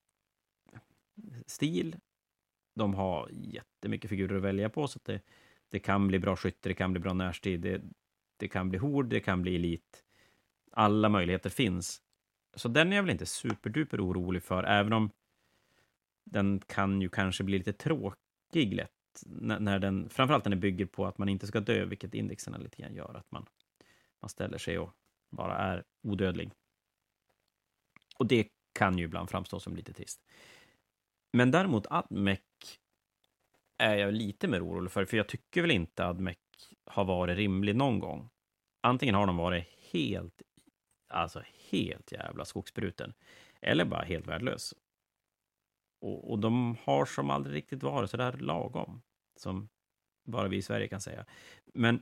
stil. De har jättemycket figurer att välja på, så att det kan bli bra skytte, det kan bli bra närstrid, det kan bli hord, det kan bli elit. Alla möjligheter finns. Så den är jag väl inte superduper orolig för, även om den kan ju kanske bli lite tråkig lätt. När den, framförallt när den bygger på att man inte ska dö, vilket indexerna lite grann gör. Att man ställer sig och bara är odödlig. Och det kan ju ibland framstå som lite trist. Men däremot Admech är jag lite mer orolig för jag tycker väl inte Admech har varit rimlig någon gång. Antingen har de varit helt jävla skogsbruten, eller bara helt värdelös. Och de har som aldrig riktigt varit så där lagom, som bara vi i Sverige kan säga. Men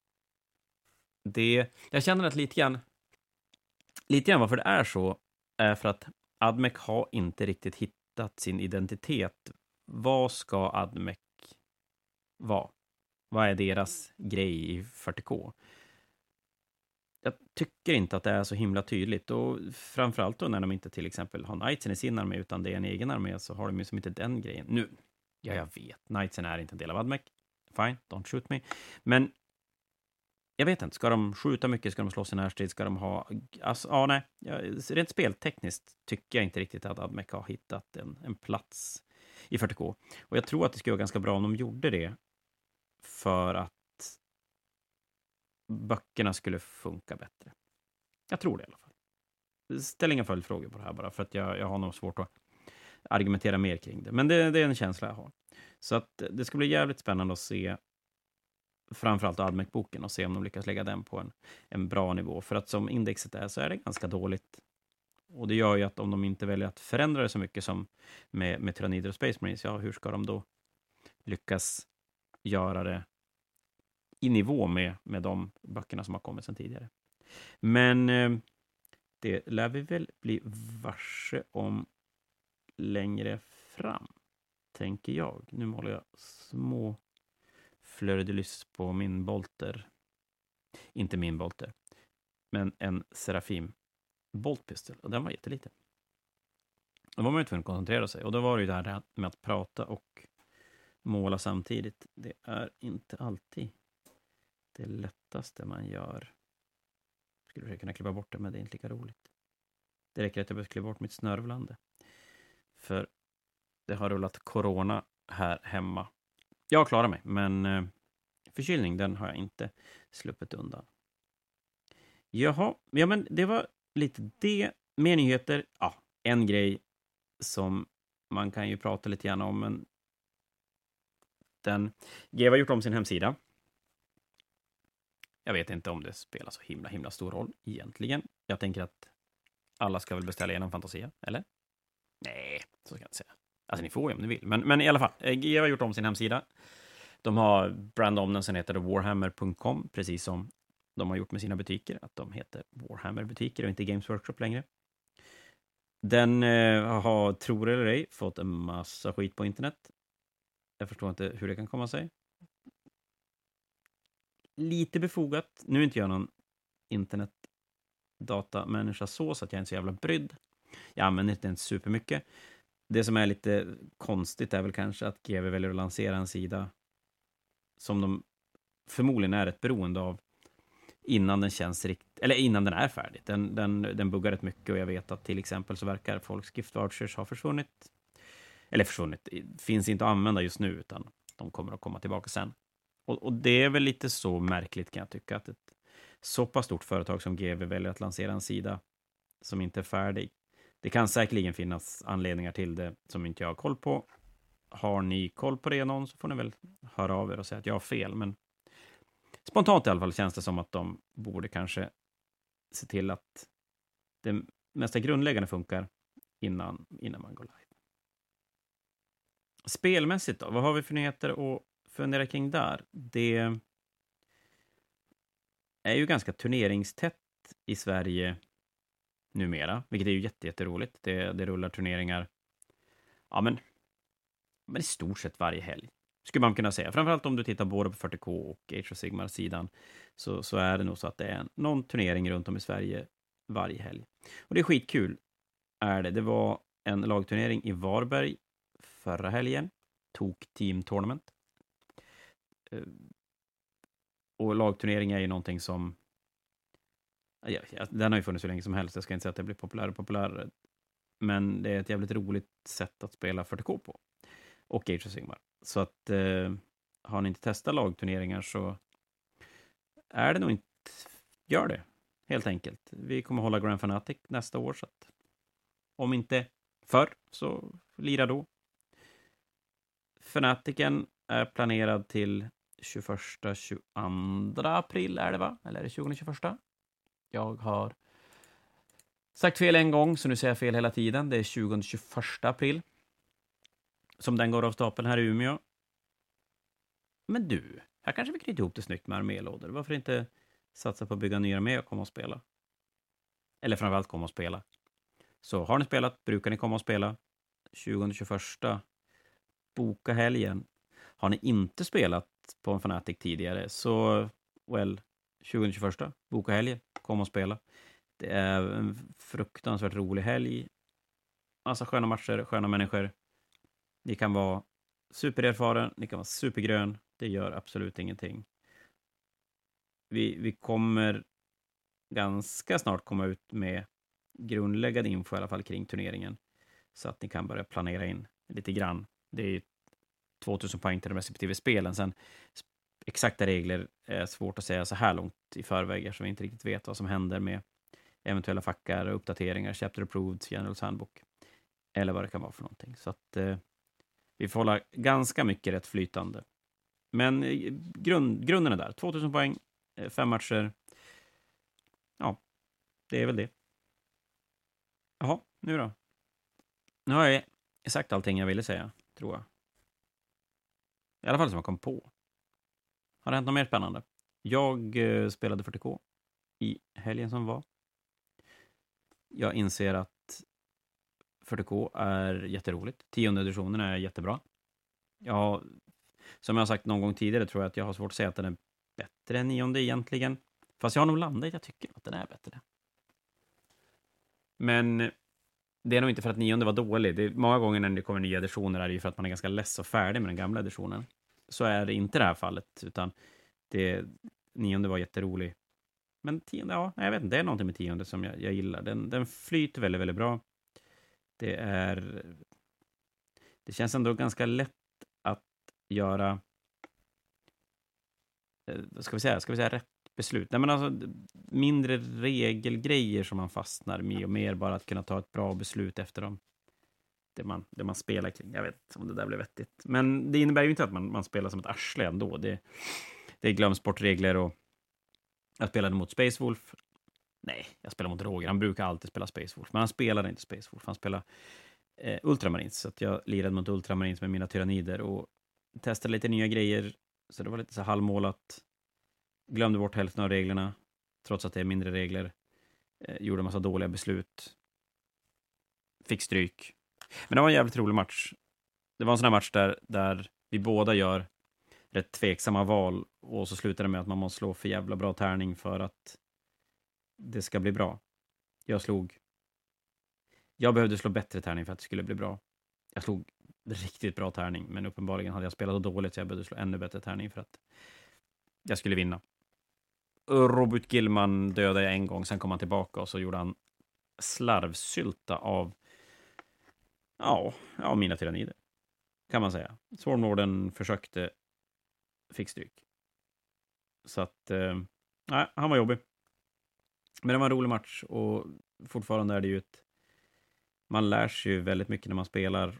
jag känner att lite grann varför det är så är för att Admech har inte riktigt hittat sin identitet. Vad ska Admech vara? Vad är deras grej i 40K? Jag tycker inte att det är så himla tydligt. Och framförallt då när de inte till exempel har Knightsen i sin armé utan det är en egen armé, så har de ju som inte den grejen. Nu, jag vet, Knightsen är inte en del av Admech. Fine, don't shoot me. Men jag vet inte, ska de skjuta mycket? Ska de slåss i närstrid? Ska de ha... nej. Rent speltekniskt tycker jag inte riktigt att Admech har hittat en plats i 40K. Och jag tror att det skulle vara ganska bra om de gjorde det. För att böckerna skulle funka bättre. Jag tror det i alla fall. Ställ inga följdfrågor på det här bara, för att jag har nog svårt att argumentera mer kring det. Men det är en känsla jag har. Så att det ska bli jävligt spännande att se framförallt Admec-boken och se om de lyckas lägga den på en bra nivå. För att som indexet är så är det ganska dåligt. Och det gör ju att om de inte väljer att förändra det så mycket som med Tyranider och Space Marines, ja, hur ska de då lyckas göra det i nivå med de böckerna som har kommit sedan tidigare? Men det lär vi väl bli varse om längre fram, tänker jag. Nu målar jag små fleur de lys på min bolter. Inte min bolter, men en Serafim boltpistol. Och den var jätteliten. Då var man ju tvungen att koncentrera sig. Och då var det ju det här med att prata och måla samtidigt. Det är inte alltid det lättaste man gör. Skulle jag kunna klippa bort det, men det är inte lika roligt. Det räcker att jag behöver klippa bort mitt snörvlande. För det har rullat corona här hemma. Jag klarar mig, men förkylning, den har jag inte sluppit undan. Jaha, ja, men det var lite det. Mer nyheter. Ja, en grej som man kan ju prata lite grann om, men GW har gjort om sin hemsida. Jag vet inte om det spelar så himla stor roll egentligen. Jag tänker att alla ska väl beställa genom Fantasia, eller? Nej, så ska jag inte säga. Alltså ni får ju om ni vill. Men i alla fall, GW har gjort om sin hemsida. De har brand om den, sen heter det warhammer.com, precis som de har gjort med sina butiker, att de heter Warhammer-butiker och inte Games Workshop längre. Den har, tror eller ej, fått en massa skit på internet. Jag förstår inte hur det kan komma sig. Lite befogat. Nu är inte jag någon internetdatamänniska så att jag är inte så jävla brydd. Jag använder inte supermycket. Det som är lite konstigt är väl kanske att GW väljer att lansera en sida som de förmodligen är rätt beroende av innan den känns eller innan den är färdig. Den buggar rätt mycket, och jag vet att till exempel så verkar folks gift vouchers ha försvunnit. Eller försvunnit. Finns inte att använda just nu, utan de kommer att komma tillbaka sen. Och det är väl lite så märkligt, kan jag tycka, att ett så pass stort företag som GW väljer att lansera en sida som inte är färdig. Det kan säkerligen finnas anledningar till det som inte jag har koll på. Har ni koll på det någon, så får ni väl höra av er och säga att jag har fel. Men spontant i alla fall känns det som att de borde kanske se till att det mesta grundläggande funkar innan man går live. Spelmässigt då, vad har vi för nyheter att fundera kring där? Det är ju ganska turneringstätt i Sverige numera, vilket är ju jätteroligt. Det rullar turneringar, ja, men i stort sett varje helg, skulle man kunna säga. Framförallt om du tittar både på 40K och Age of Sigmar-sidan, så är det nog så att det är någon turnering runt om i Sverige varje helg. Och det är skitkul, är det. Det var en lagturnering i Varberg förra helgen, Tok Team Tournament. Och lagturnering är ju någonting som, den har ju funnits så länge som helst. Jag ska inte säga att det blir populärare. Men det är ett jävligt roligt sätt att spela 40K på. Och Age of Sigmar. Så att har ni inte testat lagturneringar, så är det nog inte, gör det helt enkelt. Vi kommer hålla Grand Fanatic nästa år, så att om inte förr, så lira då. Fanatiken är planerad till 21-22 april, är det va? Eller är det 20-21? Jag har sagt fel en gång, så nu säger jag fel hela tiden. Det är 20-21 april som den går av stapeln här i Umeå. Men du, här kanske vi knyter ihop det snyggt med armélådor. Varför inte satsa på att bygga nya arméer och komma och spela? Eller framförallt komma och spela. Så har ni spelat, brukar ni komma och spela 20-21, boka helgen. Har ni inte spelat på en Fanatic tidigare, så 20-21, boka helgen, kom och spela. Det är en fruktansvärt rolig helg. Massa sköna matcher, sköna människor. Ni kan vara supererfaren, ni kan vara supergrön. Det gör absolut ingenting. Vi kommer ganska snart komma ut med grundläggande info i alla fall kring turneringen. Så att ni kan börja planera in lite grann. Det är 2000 poäng till de respektive spelen. Sen exakta regler är svårt att säga så här långt i förväg, eftersom vi inte riktigt vet vad som händer med eventuella fackar, uppdateringar, chapter approved, general handbook, eller vad det kan vara för någonting. Så att vi får hålla ganska mycket rätt flytande. Men grunden är där. 2000 poäng, 5 matcher. Ja, det är väl det. Jaha, nu då? Nu har jag sagt allting jag ville säga, tror jag. I alla fall som jag kom på. Har det hänt något mer spännande? Jag spelade 40K i helgen som var. Jag inser att 40K är jätteroligt. 10:e editionen är jättebra. Ja, som jag har sagt någon gång tidigare tror jag att jag har svårt att säga att den är bättre än 9:e egentligen. Fast jag har nog landat i att jag tycker att den är bättre. Men det är nog inte för att 9:e var dålig. Det är, många gånger när det kommer nya editioner är det ju för att man är ganska less och färdig med den gamla editionen. Så är det inte det här fallet, utan 9:e var jätterolig. Men 10:e, ja, jag vet inte, det är någonting med 10:e som jag gillar. Den flyter väldigt, väldigt bra. Det känns ändå ganska lätt att göra, ska vi säga rätt beslut. Nej, men alltså mindre regelgrejer som man fastnar med och mer bara att kunna ta ett bra beslut efter dem. Det man spelar kring. Jag vet inte om det där blev vettigt. Men det innebär ju inte att man spelar som ett arsle ändå. Det glöms bort regler och jag spelade mot Space Wolf. Nej, jag spelar mot Roger. Han brukar alltid spela Space Wolf. Men han spelade inte Space Wolf. Han spelade Ultramarines. Så att jag lirade mot Ultramarines med mina tyrannider och testade lite nya grejer. Så det var lite så halvmålat. Glömde bort hälften av reglerna. Trots att det är mindre regler. Gjorde en massa dåliga beslut. Fick stryk. Men det var en jävligt rolig match. Det var en sån här match där vi båda gör rätt tveksamma val. Och så slutar det med att man måste slå för jävla bra tärning för att det ska bli bra. Jag behövde slå bättre tärning för att det skulle bli bra. Jag slog riktigt bra tärning, men uppenbarligen hade jag spelat så dåligt så jag behövde slå ännu bättre tärning för att jag skulle vinna. Robert Gillman dödade jag en gång, sen kom han tillbaka och så gjorde han slarvsylta av mina tyrannider, kan man säga. Swarmlorden försökte, fick stryk. Så att, nej, han var jobbig. Men det var en rolig match och fortfarande är det ju man lär sig ju väldigt mycket när man spelar.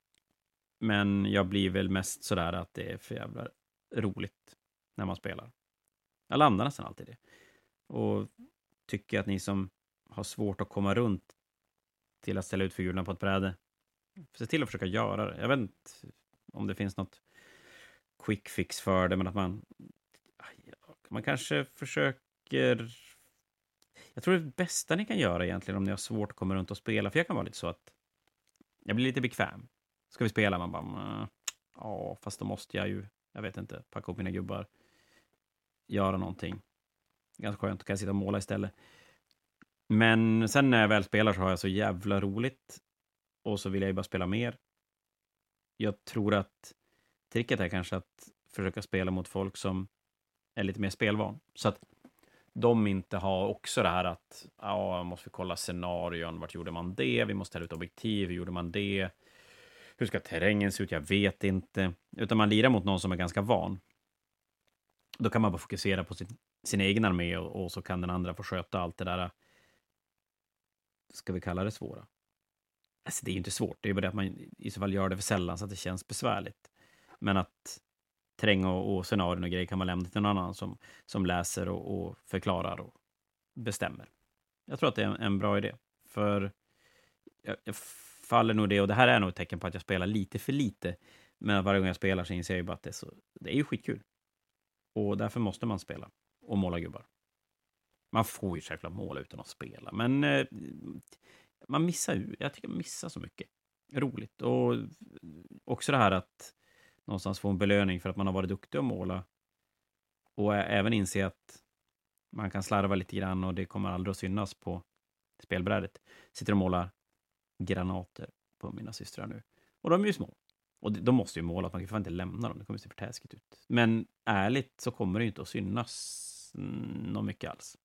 Men jag blir väl mest sådär att det är för jävla roligt när man spelar. Jag landar nästan alltid det. Och tycker att ni som har svårt att komma runt till att ställa ut figurerna på ett bräde, se till att försöka göra det. Jag vet inte om det finns något quick fix för det, men att man kanske försöker. Jag tror det bästa ni kan göra egentligen om ni har svårt att komma runt och spela, för jag kan vara lite så att jag blir lite bekväm. Ska vi spela? Man bara, fast då måste jag ju, jag vet inte, packa upp mina gubbar, göra någonting. Ganska skönt, kan jag sitta och måla istället. Men sen när jag väl spelar så har jag så jävla roligt och så vill jag ju bara spela mer. Jag tror att tricket är kanske att försöka spela mot folk som är lite mer spelvan. Så att de inte har också det här att måste vi kolla scenarion, vart gjorde man det? Vi måste ta ut objektiv, hur gjorde man det? Hur ska terrängen se ut? Jag vet inte. Utan man lirar mot någon som är ganska van. Då kan man bara fokusera på sin egen armé och så kan den andra få sköta allt det där. Ska vi kalla det svåra? Alltså det är ju inte svårt. Det är bara det att man i så fall gör det för sällan så att det känns besvärligt. Men att terräng och scenarion och grejer kan man lämna till någon annan som läser och förklarar och bestämmer. Jag tror att det är en bra idé. För jag faller nog det, och det här är nog ett tecken på att jag spelar lite för lite. Men varje gång jag spelar så inser jag ju bara att det är ju skitkul. Och därför måste man spela och måla gubbar. Man får ju självklart måla utan att spela. Men man missar ju. Jag tycker man missar så mycket. Roligt. Och också det här att någonstans få en belöning för att man har varit duktig att måla. Och även inse att man kan slarva lite grann och det kommer aldrig att synas på spelbrädet. Sitter och målar granater på mina systrar nu. Och de är ju små. Och de måste ju måla, att man kan inte lämna dem. Det kommer se för täskigt ut. Men ärligt så kommer det ju inte att synas något mycket alls.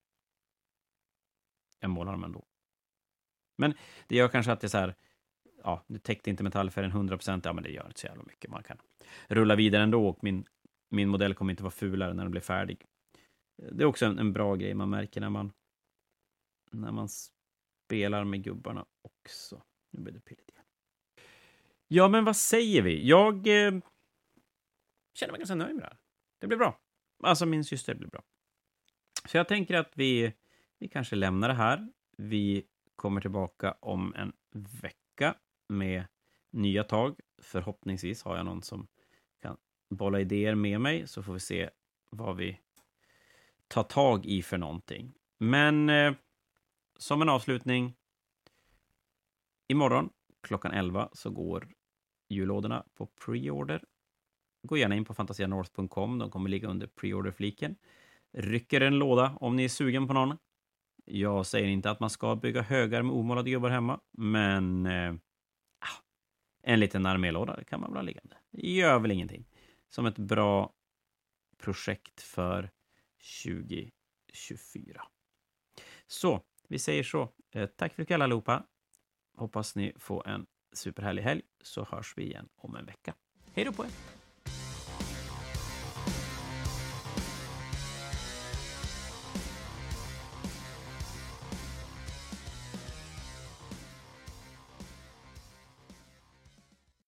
Jag målar dem ändå. Men det gör kanske att det är så här, det täckte inte metallfärgen 100%. Ja, men det gör inte så jävla mycket. Man kan rulla vidare ändå. Och min min modell kommer inte vara fulare när den blir färdig. Det är också en bra grej man märker när man spelar med gubbarna också. Nu blir det pilligt igen. Ja, men vad säger vi? Jag känner mig ganska nöjd med det här. Det blir bra. Alltså, min syster blir bra. Så jag tänker att vi kanske lämnar det här. Vi kommer tillbaka om en vecka med nya tag. Förhoppningsvis har jag någon som kan bolla idéer med mig, så får vi se vad vi tar tag i för någonting. Men som en avslutning, imorgon klockan 11 så går jullådorna på pre-order. Gå gärna in på fantasianorth.com. De kommer ligga under pre-order-fliken. Rycker en låda om ni är sugen på någon. Jag säger inte att man ska bygga högar med omålade gubbar hemma, men en liten armélåda kan man väl ha liggande. Det gör väl ingenting. Som ett bra projekt för 2024. Så, vi säger så. Tack för ikväll allihopa. Hoppas ni får en superhärlig helg, så hörs vi igen om en vecka. Hej då på er!